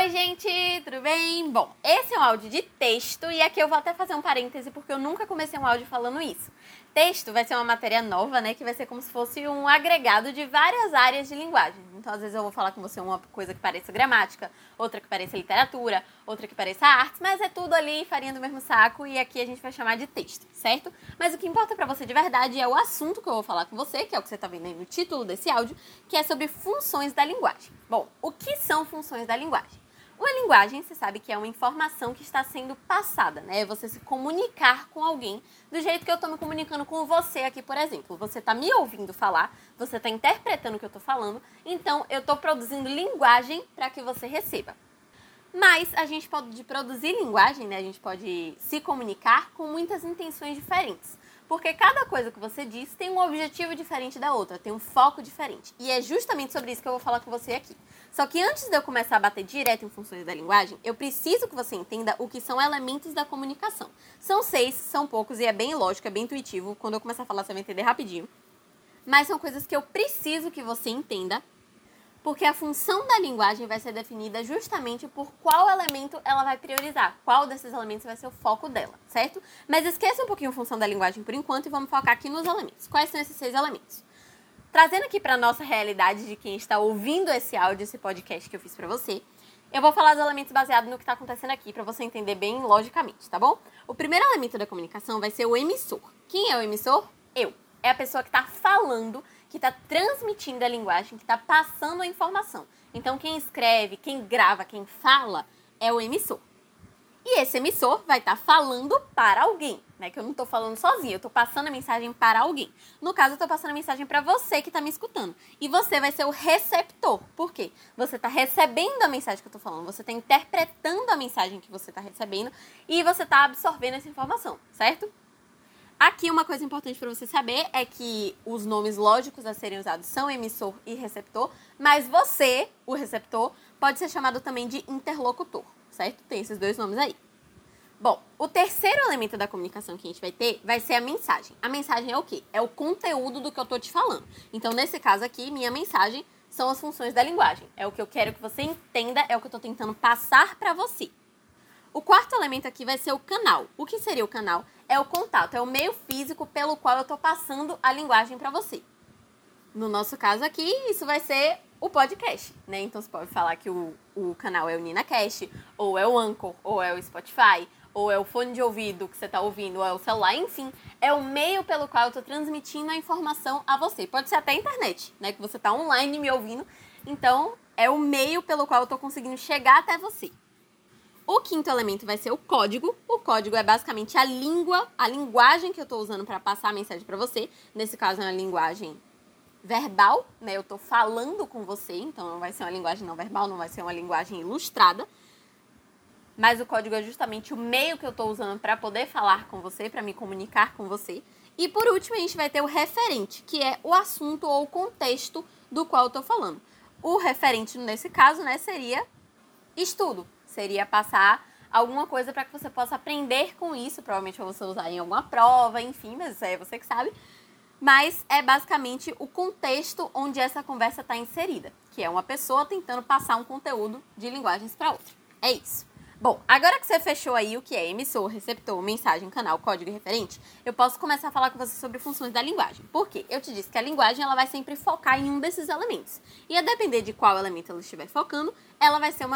Oi, gente, tudo bem? Bom, esse é um áudio de texto e aqui eu vou até fazer um parêntese porque eu nunca comecei um áudio falando isso. Texto vai ser uma matéria nova, né, que vai ser como se fosse um agregado de várias áreas de linguagem. Então, às vezes eu vou falar com você uma coisa que pareça gramática, outra que pareça literatura, outra que pareça artes, mas é tudo ali farinha do mesmo saco e aqui a gente vai chamar de texto, certo? Mas o que importa pra você de verdade é o assunto que eu vou falar com você, que é o que você tá vendo aí no título desse áudio, que é sobre funções da linguagem. Bom, o que são funções da linguagem? Uma linguagem, você sabe que é uma informação que está sendo passada, né? É você se comunicar com alguém do jeito que eu estou me comunicando com você aqui, por exemplo. Você está me ouvindo falar, você está interpretando o que eu estou falando, então eu estou produzindo linguagem para que você receba. Mas a gente pode produzir linguagem, né? A gente pode se comunicar com muitas intenções diferentes. Porque cada coisa que você diz tem um objetivo diferente da outra, tem um foco diferente. E é justamente sobre isso que eu vou falar com você aqui. Só que antes de eu começar a bater direto em funções da linguagem, eu preciso que você entenda o que são elementos da comunicação. São 6, são poucos e é bem lógico, é bem intuitivo. Quando eu começar a falar, você vai entender rapidinho. Mas são coisas que eu preciso que você entenda, porque a função da linguagem vai ser definida justamente por qual elemento ela vai priorizar, qual desses elementos vai ser o foco dela, certo? Mas esqueça um pouquinho a função da linguagem por enquanto e vamos focar aqui nos elementos. Quais são esses 6 elementos? Trazendo aqui para nossa realidade de quem está ouvindo esse áudio, esse podcast que eu fiz para você, eu vou falar dos elementos baseados no que está acontecendo aqui, para você entender bem logicamente, tá bom? O primeiro elemento da comunicação vai ser o emissor. Quem é o emissor? Eu. É a pessoa que está falando, que está transmitindo a linguagem, que está passando a informação. Então, quem escreve, quem grava, quem fala é o emissor. E esse emissor vai estar falando para alguém, né? Que eu não estou falando sozinha, eu estou passando a mensagem para alguém. No caso, eu estou passando a mensagem para você que está me escutando. E você vai ser o receptor. Por quê? Você está recebendo a mensagem que eu estou falando, você está interpretando a mensagem que você está recebendo e você está absorvendo essa informação, certo? Aqui uma coisa importante para você saber é que os nomes lógicos a serem usados são emissor e receptor, mas você, o receptor, pode ser chamado também de interlocutor, certo? Tem esses 2 nomes aí. Bom, o terceiro elemento da comunicação que a gente vai ter vai ser a mensagem. A mensagem é o quê? É o conteúdo do que eu tô te falando. Então, nesse caso aqui, minha mensagem são as funções da linguagem. É o que eu quero que você entenda, é o que eu tô tentando passar para você. O quarto elemento aqui vai ser o canal. O que seria o canal? É o contato, é o meio físico pelo qual eu tô passando a linguagem para você. No nosso caso aqui, isso vai ser o podcast, né? Então você pode falar que o canal é o NinaCast, ou é o Anchor, ou é o Spotify, ou é o fone de ouvido que você tá ouvindo, ou é o celular, enfim. É o meio pelo qual eu tô transmitindo a informação a você. Pode ser até a internet, né? Que você tá online me ouvindo. Então, é o meio pelo qual eu tô conseguindo chegar até você. O quinto elemento vai ser o código. O código é basicamente a linguagem que eu estou usando para passar a mensagem para você. Nesse caso, é uma linguagem verbal, né? Eu estou falando com você, então não vai ser uma linguagem não verbal, não vai ser uma linguagem ilustrada. Mas o código é justamente o meio que eu estou usando para poder falar com você, para me comunicar com você. E por último, a gente vai ter o referente, que é o assunto ou o contexto do qual eu estou falando. O referente, nesse caso, né, seria estudo. Seria passar alguma coisa para que você possa aprender com isso. Provavelmente você usar em alguma prova, enfim, mas isso aí é você que sabe. Mas é basicamente o contexto onde essa conversa está inserida, que é uma pessoa tentando passar um conteúdo de linguagens para outra. É isso. Bom, agora que você fechou aí o que é emissor, receptor, mensagem, canal, código e referente, eu posso começar a falar com você sobre funções da linguagem. Por quê? Eu te disse que a linguagem ela vai sempre focar em um desses elementos. E a depender de qual elemento ela estiver focando, ela vai ser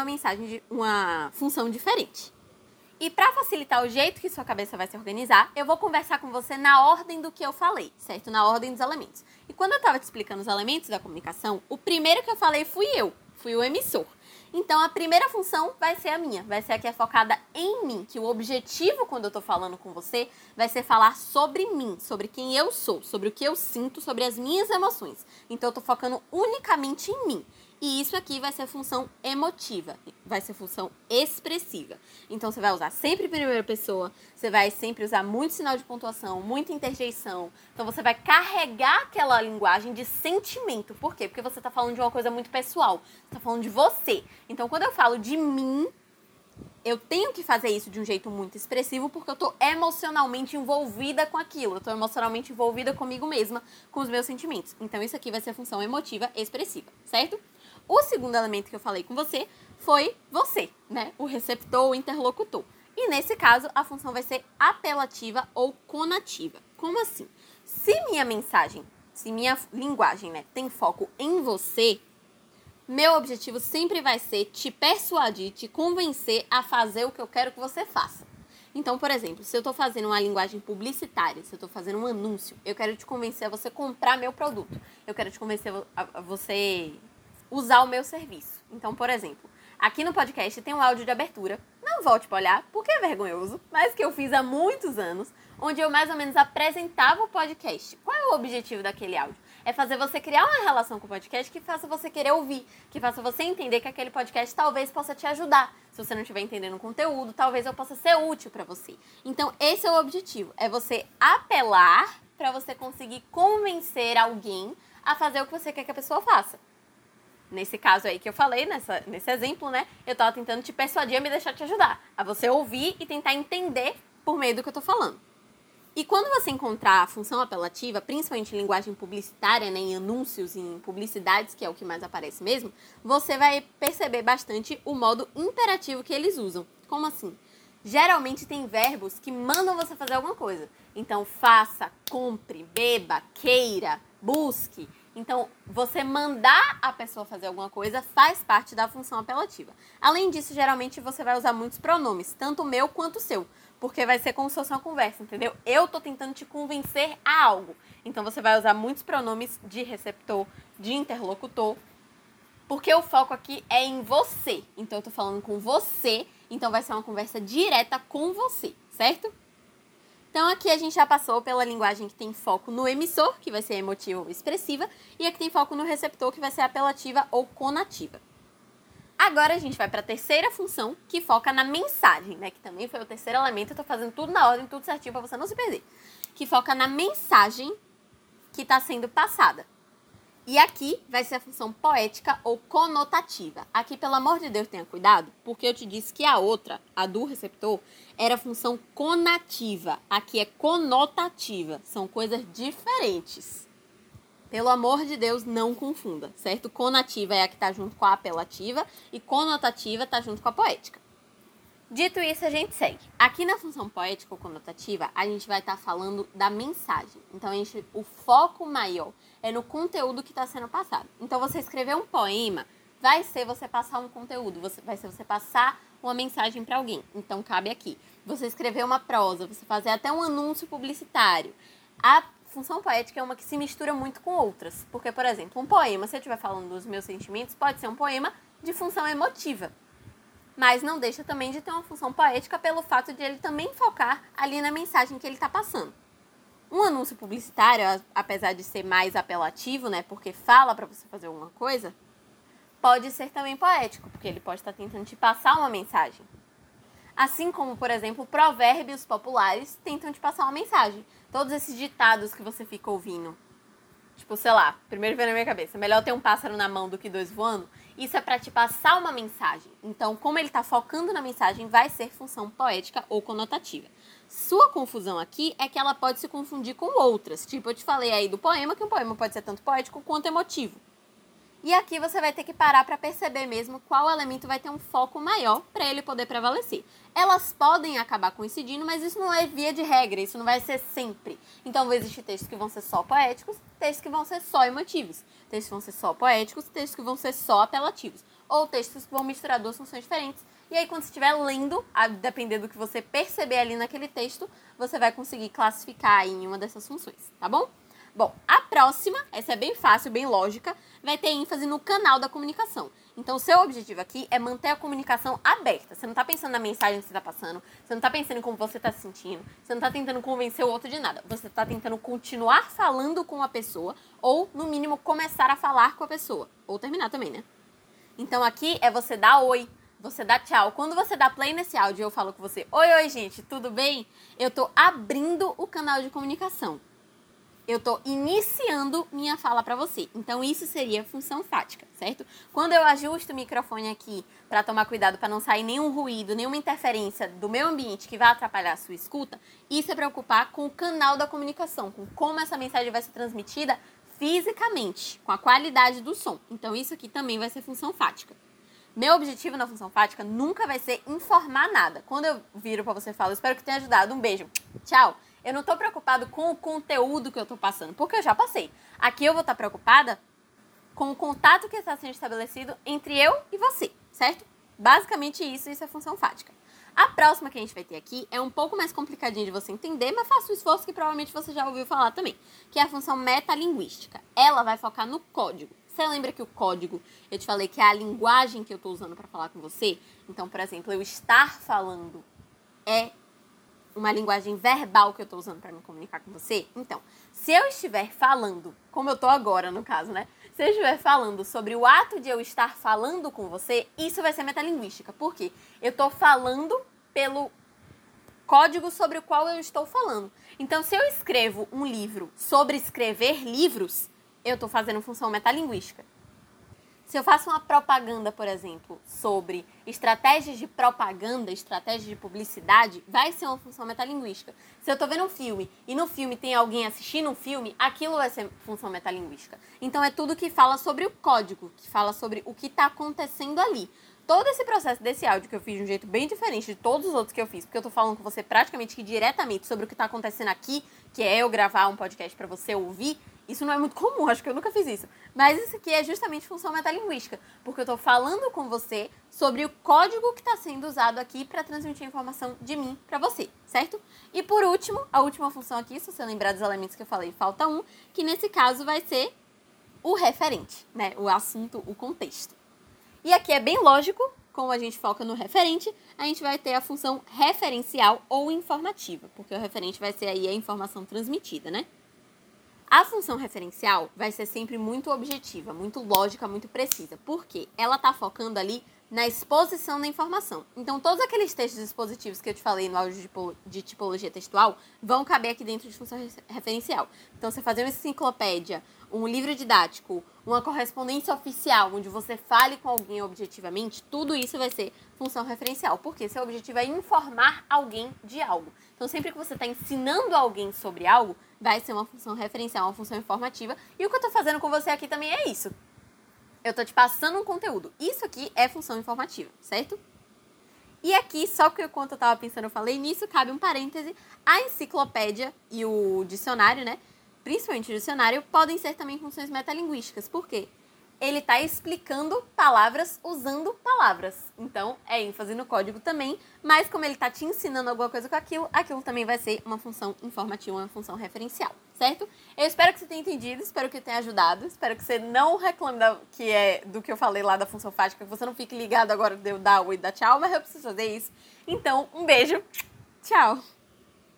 uma função diferente. E para facilitar o jeito que sua cabeça vai se organizar, eu vou conversar com você na ordem do que eu falei, certo? Na ordem dos elementos. E quando eu estava te explicando os elementos da comunicação, o primeiro que eu falei fui o emissor. Então, a primeira função vai ser a minha, vai ser a que é focada em mim, que o objetivo, quando eu tô falando com você, vai ser falar sobre mim, sobre quem eu sou, sobre o que eu sinto, sobre as minhas emoções. Então, eu tô focando unicamente em mim. E isso aqui vai ser função emotiva, vai ser função expressiva. Então, você vai usar sempre primeira pessoa, você vai sempre usar muito sinal de pontuação, muita interjeição. Então, você vai carregar aquela linguagem de sentimento. Por quê? Porque você está falando de uma coisa muito pessoal. Você está falando de você. Então, quando eu falo de mim, eu tenho que fazer isso de um jeito muito expressivo porque eu tô emocionalmente envolvida com aquilo. Eu tô emocionalmente envolvida comigo mesma, com os meus sentimentos. Então, isso aqui vai ser a função emotiva expressiva, certo? O segundo elemento que eu falei com você foi você, né? O receptor, o interlocutor. E nesse caso, a função vai ser apelativa ou conativa. Como assim? Se minha mensagem, se minha linguagem, né, tem foco em você, meu objetivo sempre vai ser te persuadir, te convencer a fazer o que eu quero que você faça. Então, por exemplo, se eu estou fazendo uma linguagem publicitária, se eu estou fazendo um anúncio, eu quero te convencer a você comprar meu produto. Eu quero te convencer a você usar o meu serviço. Então, por exemplo, aqui no podcast tem um áudio de abertura. Não volte para olhar, porque é vergonhoso, mas que eu fiz há muitos anos, onde eu mais ou menos apresentava o podcast. Qual é o objetivo daquele áudio? É fazer você criar uma relação com o podcast que faça você querer ouvir, que faça você entender que aquele podcast talvez possa te ajudar. Se você não estiver entendendo o conteúdo, talvez eu possa ser útil para você. Então, esse é o objetivo, é você apelar para você conseguir convencer alguém a fazer o que você quer que a pessoa faça. Nesse caso aí que eu falei, nesse exemplo, né? Eu tava tentando te persuadir a me deixar te ajudar. A você ouvir e tentar entender por meio do que eu tô falando. E quando você encontrar a função apelativa, principalmente em linguagem publicitária, né, em anúncios, em publicidades, que é o que mais aparece mesmo, você vai perceber bastante o modo imperativo que eles usam. Como assim? Geralmente tem verbos que mandam você fazer alguma coisa. Então, faça, compre, beba, queira, busque. Então, você mandar a pessoa fazer alguma coisa faz parte da função apelativa. Além disso, geralmente você vai usar muitos pronomes, tanto o meu quanto o seu. Porque vai ser como se fosse uma conversa, entendeu? Eu tô tentando te convencer a algo. Então, você vai usar muitos pronomes de receptor, de interlocutor. Porque o foco aqui é em você. Então, eu tô falando com você. Então, vai ser uma conversa direta com você, certo? Então, aqui a gente já passou pela linguagem que tem foco no emissor, que vai ser emotiva ou expressiva. E a que tem foco no receptor, que vai ser apelativa ou conativa. Agora a gente vai para a terceira função, que foca na mensagem, né? Que também foi o terceiro elemento. Eu tô fazendo tudo na ordem, tudo certinho para você não se perder. Que foca na mensagem que está sendo passada. E aqui vai ser a função poética ou conotativa. Aqui, pelo amor de Deus, tenha cuidado, porque eu te disse que a outra, a do receptor, era a função conativa. Aqui é conotativa. São coisas diferentes. Pelo amor de Deus, não confunda, certo? Conativa é a que está junto com a apelativa e conotativa está junto com a poética. Dito isso, a gente segue. Aqui na função poética ou conotativa, a gente vai estar falando da mensagem. Então, o foco maior é no conteúdo que está sendo passado. Então, você escrever um poema vai ser você passar um conteúdo, vai ser você passar uma mensagem para alguém. Então, cabe aqui. Você escrever uma prosa, você fazer até um anúncio publicitário. A função poética é uma que se mistura muito com outras. Porque, por exemplo, um poema, se eu estiver falando dos meus sentimentos, pode ser um poema de função emotiva. Mas não deixa também de ter uma função poética pelo fato de ele também focar ali na mensagem que ele está passando. Um anúncio publicitário, apesar de ser mais apelativo, né, porque fala para você fazer alguma coisa, pode ser também poético, porque ele pode estar tentando te passar uma mensagem. Assim como, por exemplo, provérbios populares tentam te passar uma mensagem. Todos esses ditados que você fica ouvindo. Tipo, sei lá, primeiro veio na minha cabeça, melhor ter um pássaro na mão do que dois voando. Isso é para te passar uma mensagem. Então, como ele está focando na mensagem, vai ser função poética ou conotativa. Sua confusão aqui é que ela pode se confundir com outras. Tipo, eu te falei aí do poema, que um poema pode ser tanto poético quanto emotivo. E aqui você vai ter que parar para perceber mesmo qual elemento vai ter um foco maior para ele poder prevalecer. Elas podem acabar coincidindo, mas isso não é via de regra, isso não vai ser sempre. Então, vão existir textos que vão ser só poéticos, textos que vão ser só emotivos, textos que vão ser só poéticos, textos que vão ser só apelativos, ou textos que vão misturar duas funções diferentes. E aí, quando você estiver lendo, a depender do que você perceber ali naquele texto, você vai conseguir classificar em uma dessas funções, tá bom? Bom, a próxima, essa é bem fácil, bem lógica, vai ter ênfase no canal da comunicação. Então, o seu objetivo aqui é manter a comunicação aberta. Você não está pensando na mensagem que você está passando, você não está pensando em como você está se sentindo, você não está tentando convencer o outro de nada. Você está tentando continuar falando com a pessoa ou, no mínimo, começar a falar com a pessoa. Ou terminar também, né? Então, aqui é você dar oi, você dá tchau. Quando você dá play nesse áudio e eu falo com você, oi, gente, tudo bem? Eu tô abrindo o canal de comunicação. Eu tô iniciando minha fala para você. Então, isso seria função fática, certo? Quando eu ajusto o microfone aqui para tomar cuidado para não sair nenhum ruído, nenhuma interferência do meu ambiente que vai atrapalhar a sua escuta, isso é preocupar com o canal da comunicação, com como essa mensagem vai ser transmitida fisicamente, com a qualidade do som. Então, isso aqui também vai ser função fática. Meu objetivo na função fática nunca vai ser informar nada. Quando eu viro pra você e falo, espero que tenha ajudado, um beijo, tchau. Eu não tô preocupado com o conteúdo que eu tô passando, porque eu já passei. Aqui eu vou estar preocupada com o contato que está sendo estabelecido entre eu e você, certo? Basicamente isso é função fática. A próxima que a gente vai ter aqui é um pouco mais complicadinha de você entender, mas faça o esforço que provavelmente você já ouviu falar também, que é a função metalinguística. Ela vai focar no código. Você lembra que o código, eu te falei que é a linguagem que eu estou usando para falar com você? Então, por exemplo, eu estar falando é uma linguagem verbal que eu estou usando para me comunicar com você? Então, se eu estiver falando, como eu estou agora no caso, né? Se eu estiver falando sobre o ato de eu estar falando com você, isso vai ser metalinguística. Por quê? Eu estou falando pelo código sobre o qual eu estou falando. Então, se eu escrevo um livro sobre escrever livros, eu estou fazendo função metalinguística. Se eu faço uma propaganda, por exemplo, sobre estratégias de propaganda, estratégias de publicidade, vai ser uma função metalinguística. Se eu estou vendo um filme e no filme tem alguém assistindo um filme, aquilo vai ser função metalinguística. Então é tudo que fala sobre o código, que fala sobre o que está acontecendo ali. Todo esse processo desse áudio que eu fiz de um jeito bem diferente de todos os outros que eu fiz, porque eu tô falando com você praticamente que diretamente sobre o que tá acontecendo aqui, que é eu gravar um podcast pra você ouvir, isso não é muito comum, acho que eu nunca fiz isso. Mas isso aqui é justamente função metalinguística, porque eu tô falando com você sobre o código que tá sendo usado aqui pra transmitir a informação de mim pra você, certo? E por último, a última função aqui, se você lembrar dos elementos que eu falei, falta um, que nesse caso vai ser o referente, né? O assunto, o contexto. E aqui é bem lógico, como a gente foca no referente, a gente vai ter a função referencial ou informativa, porque o referente vai ser aí a informação transmitida, né? A função referencial vai ser sempre muito objetiva, muito lógica, muito precisa, porque ela está focando ali na exposição da informação. Então, todos aqueles textos expositivos que eu te falei no áudio de tipologia textual vão caber aqui dentro de função referencial. Então, você fazer uma enciclopédia, um livro didático, uma correspondência oficial, onde você fale com alguém objetivamente, tudo isso vai ser função referencial, porque seu objetivo é informar alguém de algo. Então, sempre que você está ensinando alguém sobre algo, vai ser uma função referencial, uma função informativa. E o que eu estou fazendo com você aqui também é isso. Eu tô te passando um conteúdo. Isso aqui é função informativa, certo? E aqui, só que enquanto eu tava pensando, eu falei nisso, cabe um parêntese. A enciclopédia e o dicionário, né? Principalmente o dicionário, podem ser também funções metalinguísticas. Por quê? Ele tá explicando palavras usando palavras. Então, é ênfase no código também, mas como ele tá te ensinando alguma coisa com aquilo, aquilo também vai ser uma função informativa, uma função referencial, certo? Eu espero que você tenha entendido, espero que tenha ajudado, espero que você não reclame do que eu falei lá da função fática, que você não fique ligado agora de eu dar oi e dar tchau, mas eu preciso fazer isso. Então, um beijo, tchau!